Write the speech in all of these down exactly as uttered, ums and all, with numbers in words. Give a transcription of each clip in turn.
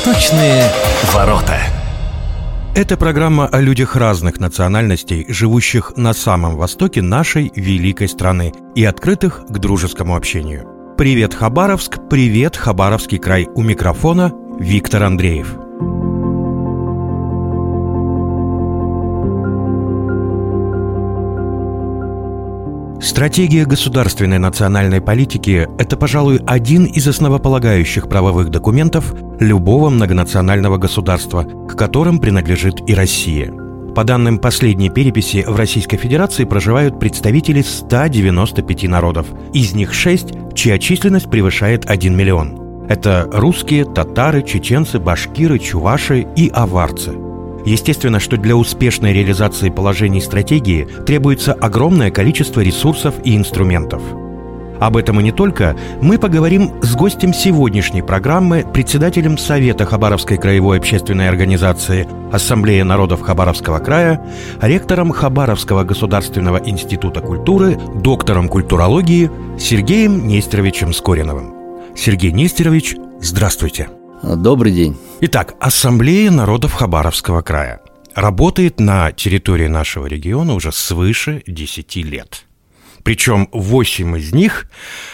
Восточные ворота. Это программа о людях разных национальностей, живущих на самом востоке нашей великой страны и открытых к дружескому общению. Привет, Хабаровск! Привет, Хабаровский край! У микрофона Виктор Андреев. Стратегия государственной национальной политики – это, пожалуй, один из основополагающих правовых документов любого многонационального государства, к которым принадлежит и Россия. По данным последней переписи, в Российской Федерации проживают представители ста девяноста пяти народов, из них шесть, чья численность превышает один миллион. Это русские, татары, чеченцы, башкиры, чуваши и аварцы. Естественно, что для успешной реализации положений стратегии требуется огромное количество ресурсов и инструментов. Об этом и не только мы поговорим с гостем сегодняшней программы, председателем Совета Хабаровской краевой общественной организации «Ассамблея народов Хабаровского края», ректором Хабаровского государственного института культуры, доктором культурологии Сергеем Нестеровичем Скориновым. Сергей Нестерович, здравствуйте. Добрый день. Итак, Ассамблея народов Хабаровского края работает на территории нашего региона уже свыше десяти лет. Причем восемь из них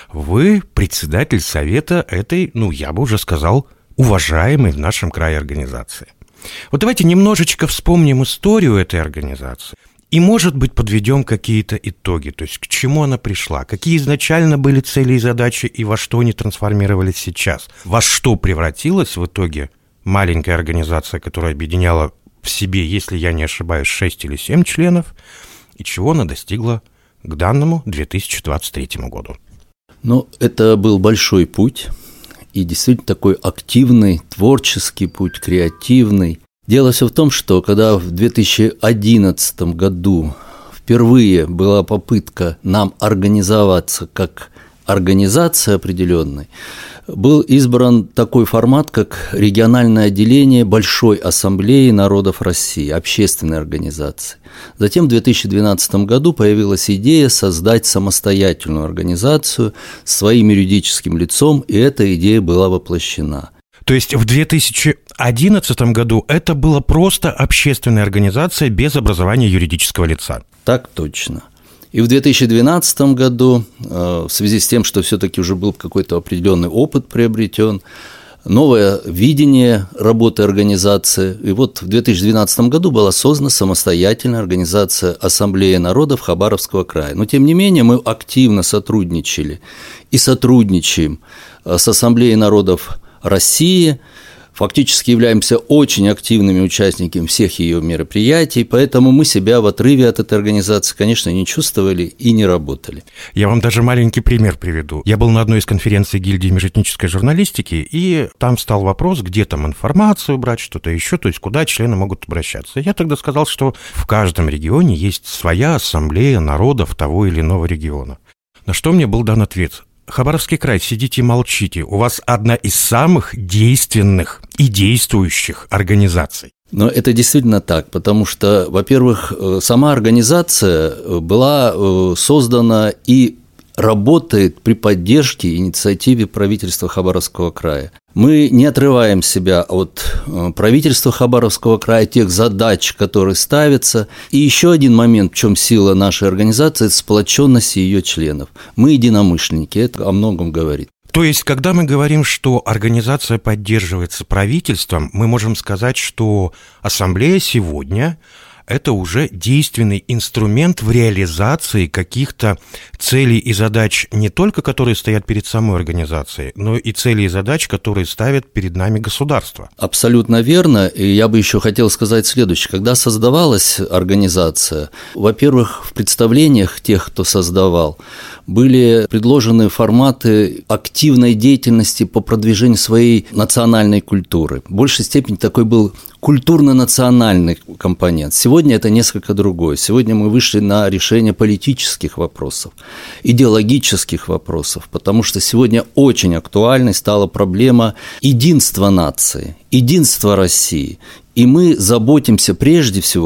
вы председатель совета этой, ну, я бы уже сказал, уважаемой в нашем крае организации. Вот давайте немножечко вспомним историю этой организации и, может быть, подведем какие-то итоги, то есть к чему она пришла, какие изначально были цели и задачи и во что они трансформировались сейчас, во что превратилась в итоге маленькая организация, которая объединяла в себе, если я не ошибаюсь, шесть или семь членов, и чего она достигла к данному две тысячи двадцать третьему году. Ну, это был большой путь, и действительно такой активный, творческий путь, креативный. Дело все в том, что когда в две тысячи одиннадцатом году впервые была попытка нам организоваться как организация определенной, был избран такой формат, как региональное отделение Большой Ассамблеи народов России, общественной организации. Затем в две тысячи двенадцатом году появилась идея создать самостоятельную организацию с своим юридическим лицом, и эта идея была воплощена. То есть в две тысячи одиннадцатом году это была просто общественная организация без образования юридического лица? Так точно. И в две тысячи двенадцатом году, в связи с тем, что все-таки уже был какой-то определенный опыт приобретен, новое видение работы организации, и вот в две тысячи двенадцатом году была создана самостоятельная организация Ассамблея народов Хабаровского края. Но, тем не менее, мы активно сотрудничали и сотрудничаем с Ассамблеей народов России, фактически являемся очень активными участниками всех ее мероприятий, поэтому мы себя в отрыве от этой организации, конечно, не чувствовали и не работали. Я вам даже маленький пример приведу. Я был на одной из конференций гильдии межэтнической журналистики, и там встал вопрос, где там информацию брать, что-то еще, то есть куда члены могут обращаться. Я тогда сказал, что в каждом регионе есть своя ассамблея народов того или иного региона. На что мне был дан ответ: Хабаровский край, сидите и молчите. У вас одна из самых действенных и действующих организаций. Но это действительно так, потому что, во-первых, сама организация была создана и работает при поддержке и инициативе правительства Хабаровского края. Мы не отрываем себя от правительства Хабаровского края, тех задач, которые ставятся. И еще один момент, в чем сила нашей организации – это сплоченность ее членов. Мы единомышленники, это о многом говорит. То есть, когда мы говорим, что организация поддерживается правительством, мы можем сказать, что ассамблея сегодня – это уже действенный инструмент в реализации каких-то целей и задач, не только которые стоят перед самой организацией, но и целей и задач, которые ставит перед нами государство. Абсолютно верно. И я бы еще хотел сказать следующее. Когда создавалась организация, во-первых, в представлениях тех, кто создавал, были предложены форматы активной деятельности по продвижению своей национальной культуры. В большей степени такой был культурно-национальный компонент. Сегодня это несколько другое. Сегодня мы вышли на решение политических вопросов, идеологических вопросов, потому что сегодня очень актуальной стала проблема единства нации, единства России. И мы заботимся прежде всего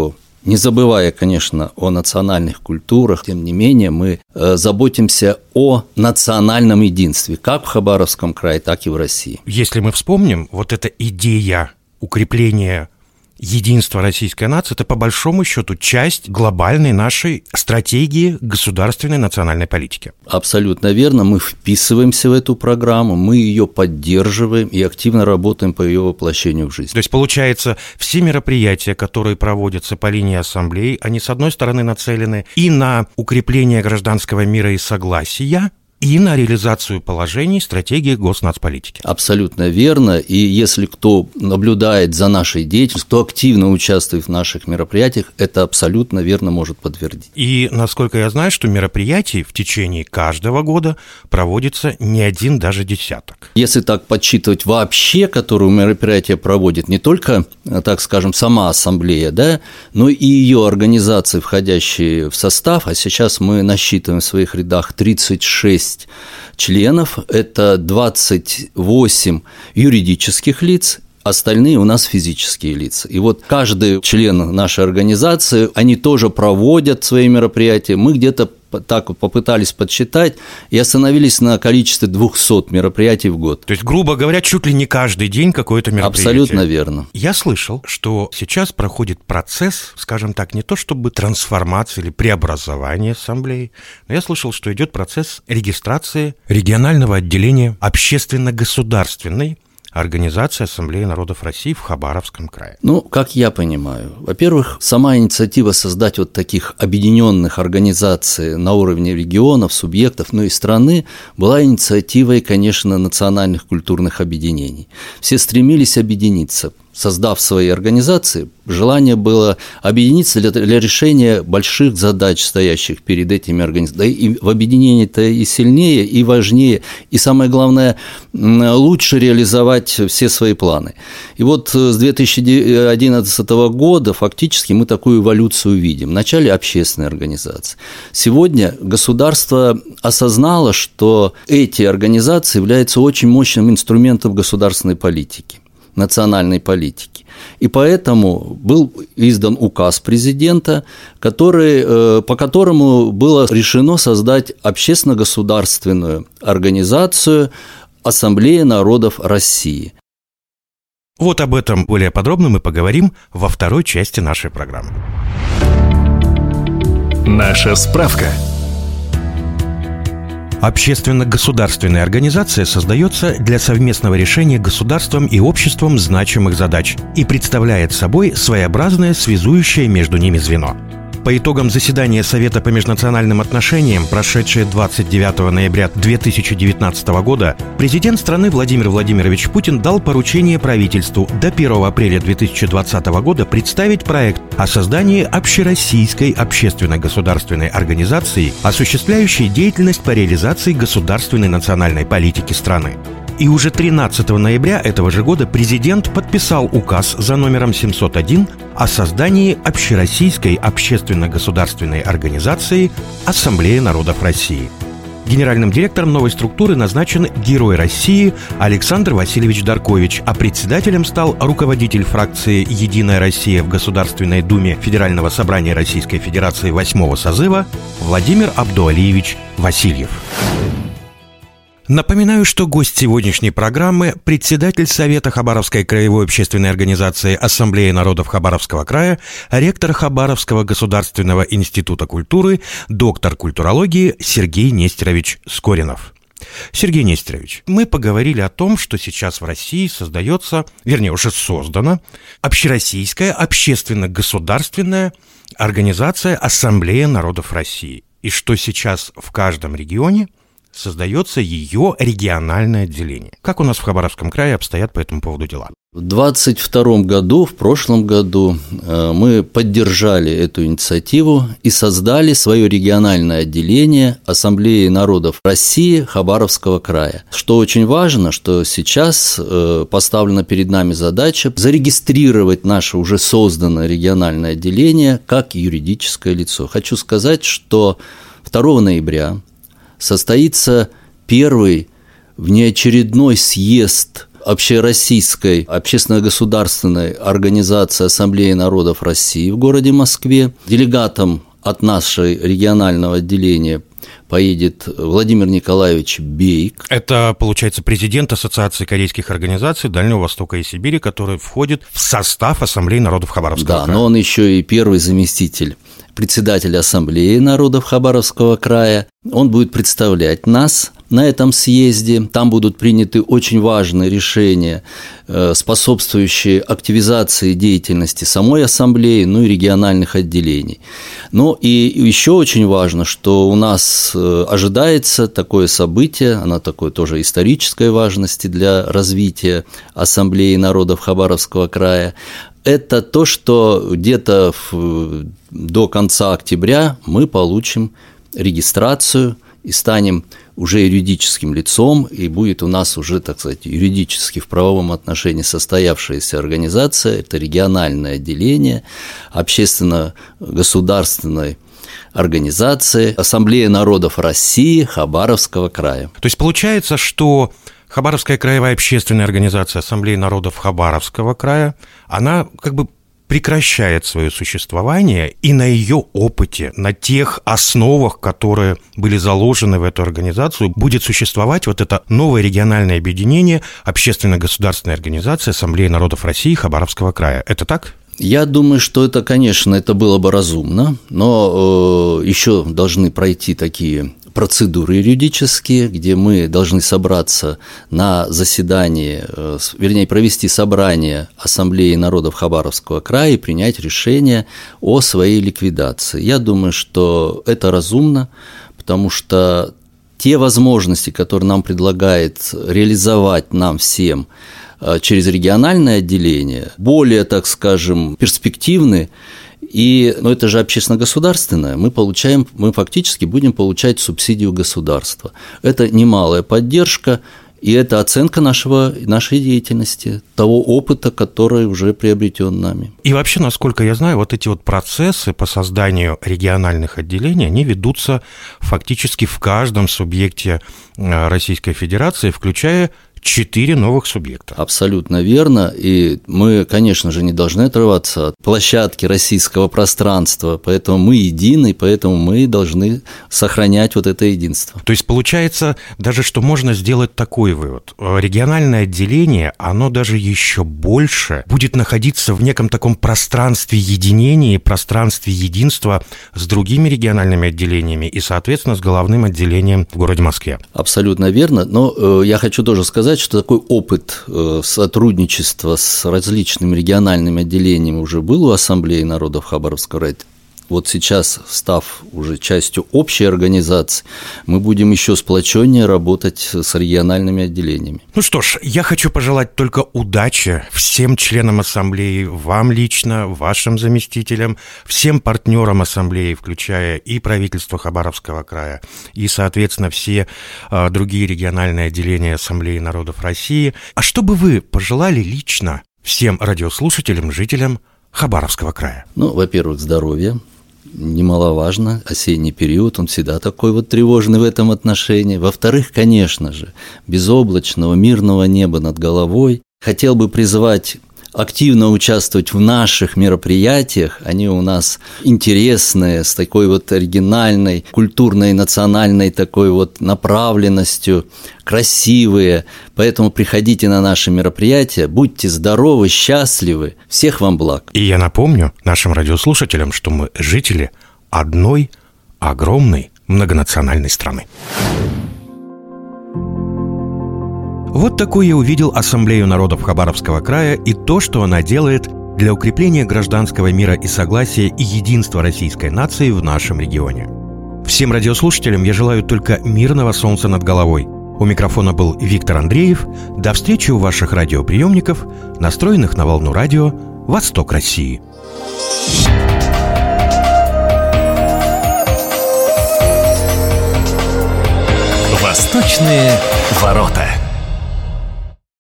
Не забывая, конечно, о национальных культурах, тем не менее мы заботимся о национальном единстве, как в Хабаровском крае, так и в России. Если мы вспомним, вот эта идея укрепления единства российской нации – это, по большому счету, часть глобальной нашей стратегии государственной национальной политики. Абсолютно верно. Мы вписываемся в эту программу, мы ее поддерживаем и активно работаем по ее воплощению в жизнь. То есть, получается, все мероприятия, которые проводятся по линии ассамблеи, они, с одной стороны, нацелены и на укрепление гражданского мира и согласия, и на реализацию положений стратегии госнацполитики. Абсолютно верно. И если кто наблюдает за нашей деятельностью, кто активно участвует в наших мероприятиях, это абсолютно верно может подтвердить. И, насколько я знаю, что мероприятий в течение каждого года проводится не один, даже десяток. Если так подсчитывать вообще, которую мероприятие проводит не только, так скажем, сама ассамблея, да, но и ее организации, входящие в состав, а сейчас мы насчитываем в своих рядах тридцать шесть членов, это двадцать восемь юридических лиц, остальные у нас физические лица. И вот каждый член нашей организации, они тоже проводят свои мероприятия. Мы где-то так вот попытались подсчитать и остановились на количестве двухсот мероприятий в год. То есть, грубо говоря, чуть ли не каждый день какое-то мероприятие. Абсолютно верно. Я слышал, что сейчас проходит процесс, скажем так, не то чтобы трансформации или преобразования ассамблеи, но я слышал, что идет процесс регистрации регионального отделения общественно-государственной Организация Ассамблеи народов России в Хабаровском крае. Ну, как я понимаю, во-первых, сама инициатива создать вот таких объединенных организаций на уровне регионов, субъектов, ну и страны была инициативой, конечно, национальных культурных объединений. Все стремились объединиться. Создав свои организации, желание было объединиться для, для решения больших задач, стоящих перед этими организациями. Да и в объединении-то и сильнее, и важнее, и самое главное, лучше реализовать все свои планы. И вот с две тысячи одиннадцатого года фактически мы такую эволюцию видим. Вначале общественные организации. Сегодня государство осознало, что эти организации являются очень мощным инструментом государственной политики, национальной политики. И поэтому был издан указ президента, который, по которому было решено создать общественно-государственную организацию Ассамблея народов России. Вот об этом более подробно мы поговорим во второй части нашей программы. Наша справка. Общественно-государственная организация создается для совместного решения государством и обществом значимых задач и представляет собой своеобразное связующее между ними звено. По итогам заседания Совета по межнациональным отношениям, прошедшее двадцать девятого ноября две тысячи девятнадцатого года, президент страны Владимир Владимирович Путин дал поручение правительству до первого апреля две тысячи двадцатого года представить проект о создании общероссийской общественно-государственной организации, осуществляющей деятельность по реализации государственной национальной политики страны. И уже тринадцатого ноября этого же года президент подписал указ за номером семьсот один о создании общероссийской общественно-государственной организации Ассамблея народов России. Генеральным директором новой структуры назначен Герой России Александр Васильевич Даркович, а председателем стал руководитель фракции «Единая Россия» в Государственной Думе Федерального собрания Российской Федерации восьмого созыва Владимир Абдуалиевич Васильев. Напоминаю, что гость сегодняшней программы – председатель Совета Хабаровской краевой общественной организации Ассамблеи народов Хабаровского края, ректор Хабаровского государственного института культуры, доктор культурологии Сергей Нестерович Скоринов. Сергей Нестерович, мы поговорили о том, что сейчас в России создается, вернее, уже создана общероссийская общественно-государственная организация Ассамблея народов России, и что сейчас в каждом регионе создается ее региональное отделение. Как у нас в Хабаровском крае обстоят по этому поводу дела? В двадцать втором году, в прошлом году, мы поддержали эту инициативу и создали свое региональное отделение Ассамблеи народов России Хабаровского края. Что очень важно, что сейчас поставлена перед нами задача зарегистрировать наше уже созданное региональное отделение как юридическое лицо. Хочу сказать, что второго ноября состоится первый внеочередной съезд общероссийской общественно-государственной организации Ассамблеи народов России в городе Москве. Делегатом от нашего регионального отделения поедет Владимир Николаевич Бейк. Это, получается, президент Ассоциации корейских организаций Дальнего Востока и Сибири, который входит в состав Ассамблеи народов Хабаровского да, края. Да, но он еще и первый заместитель председателя Ассамблеи народов Хабаровского края. Он будет представлять нас на этом съезде. Там будут приняты очень важные решения, способствующие активизации деятельности самой ассамблеи, ну и региональных отделений. Ну и еще очень важно, что у нас ожидается такое событие, оно такое тоже исторической важности для развития Ассамблеи народов Хабаровского края. Это то, что где-то в, до конца октября мы получим регистрацию и станем уже юридическим лицом, и будет у нас уже, так сказать, юридически в правовом отношении состоявшаяся организация, это региональное отделение общественно-государственной организации Ассамблея народов России Хабаровского края. То есть получается, что Хабаровская краевая общественная организация Ассамблеи народов Хабаровского края, она как бы прекращает свое существование, и на ее опыте, на тех основах, которые были заложены в эту организацию, будет существовать вот это новое региональное объединение общественно-государственной организации Ассамблеи народов России Хабаровского края. Это так? Я думаю, что это, конечно, это было бы разумно, но э, еще должны пройти такие процедуры юридические, где мы должны собраться на заседании, э, вернее, провести собрание Ассамблеи народов Хабаровского края и принять решение о своей ликвидации. Я думаю, что это разумно, потому что те возможности, которые нам предлагает реализовать нам всем через региональное отделение, более, так скажем, перспективны, и, ну, это же общественно-государственное, мы получаем, мы фактически будем получать субсидию государства. Это немалая поддержка, и это оценка нашего, нашей деятельности, того опыта, который уже приобретен нами. И вообще, насколько я знаю, вот эти вот процессы по созданию региональных отделений, они ведутся фактически в каждом субъекте Российской Федерации, включая четыре новых субъекта. Абсолютно верно, и мы, конечно же, не должны отрываться от площадки российского пространства, поэтому мы едины, поэтому мы должны сохранять вот это единство. То есть получается даже, что можно сделать такой вывод. Региональное отделение, оно даже еще больше будет находиться в неком таком пространстве единения, пространстве единства с другими региональными отделениями и, соответственно, с головным отделением в городе Москве. Абсолютно верно, но э, я хочу тоже сказать, что такой опыт сотрудничества с различными региональными отделениями уже был у Ассамблеи народов Хабаровского края. Вот сейчас, став уже частью общей организации, мы будем еще сплоченнее работать с региональными отделениями. Ну что ж, я хочу пожелать только удачи всем членам Ассамблеи, вам лично, вашим заместителям, всем партнерам Ассамблеи, включая и правительство Хабаровского края, и, соответственно, все а, другие региональные отделения Ассамблеи народов России. А что бы вы пожелали лично всем радиослушателям, жителям Хабаровского края? Ну, во-первых, здоровья. Немаловажно, осенний период, он всегда такой вот тревожный в этом отношении. Во-вторых, конечно же, безоблачного, мирного неба над головой. Хотел бы призвать активно участвовать в наших мероприятиях, они у нас интересные, с такой вот оригинальной, культурной, национальной такой вот направленностью, красивые, поэтому приходите на наши мероприятия, будьте здоровы, счастливы, всех вам благ. И я напомню нашим радиослушателям, что мы жители одной огромной многонациональной страны. Вот такой я увидел Ассамблею народов Хабаровского края и то, что она делает для укрепления гражданского мира и согласия и единства российской нации в нашем регионе. Всем радиослушателям я желаю только мирного солнца над головой. У микрофона был Виктор Андреев. До встречи у ваших радиоприемников, настроенных на волну радио «Восток России». Восточные ворота.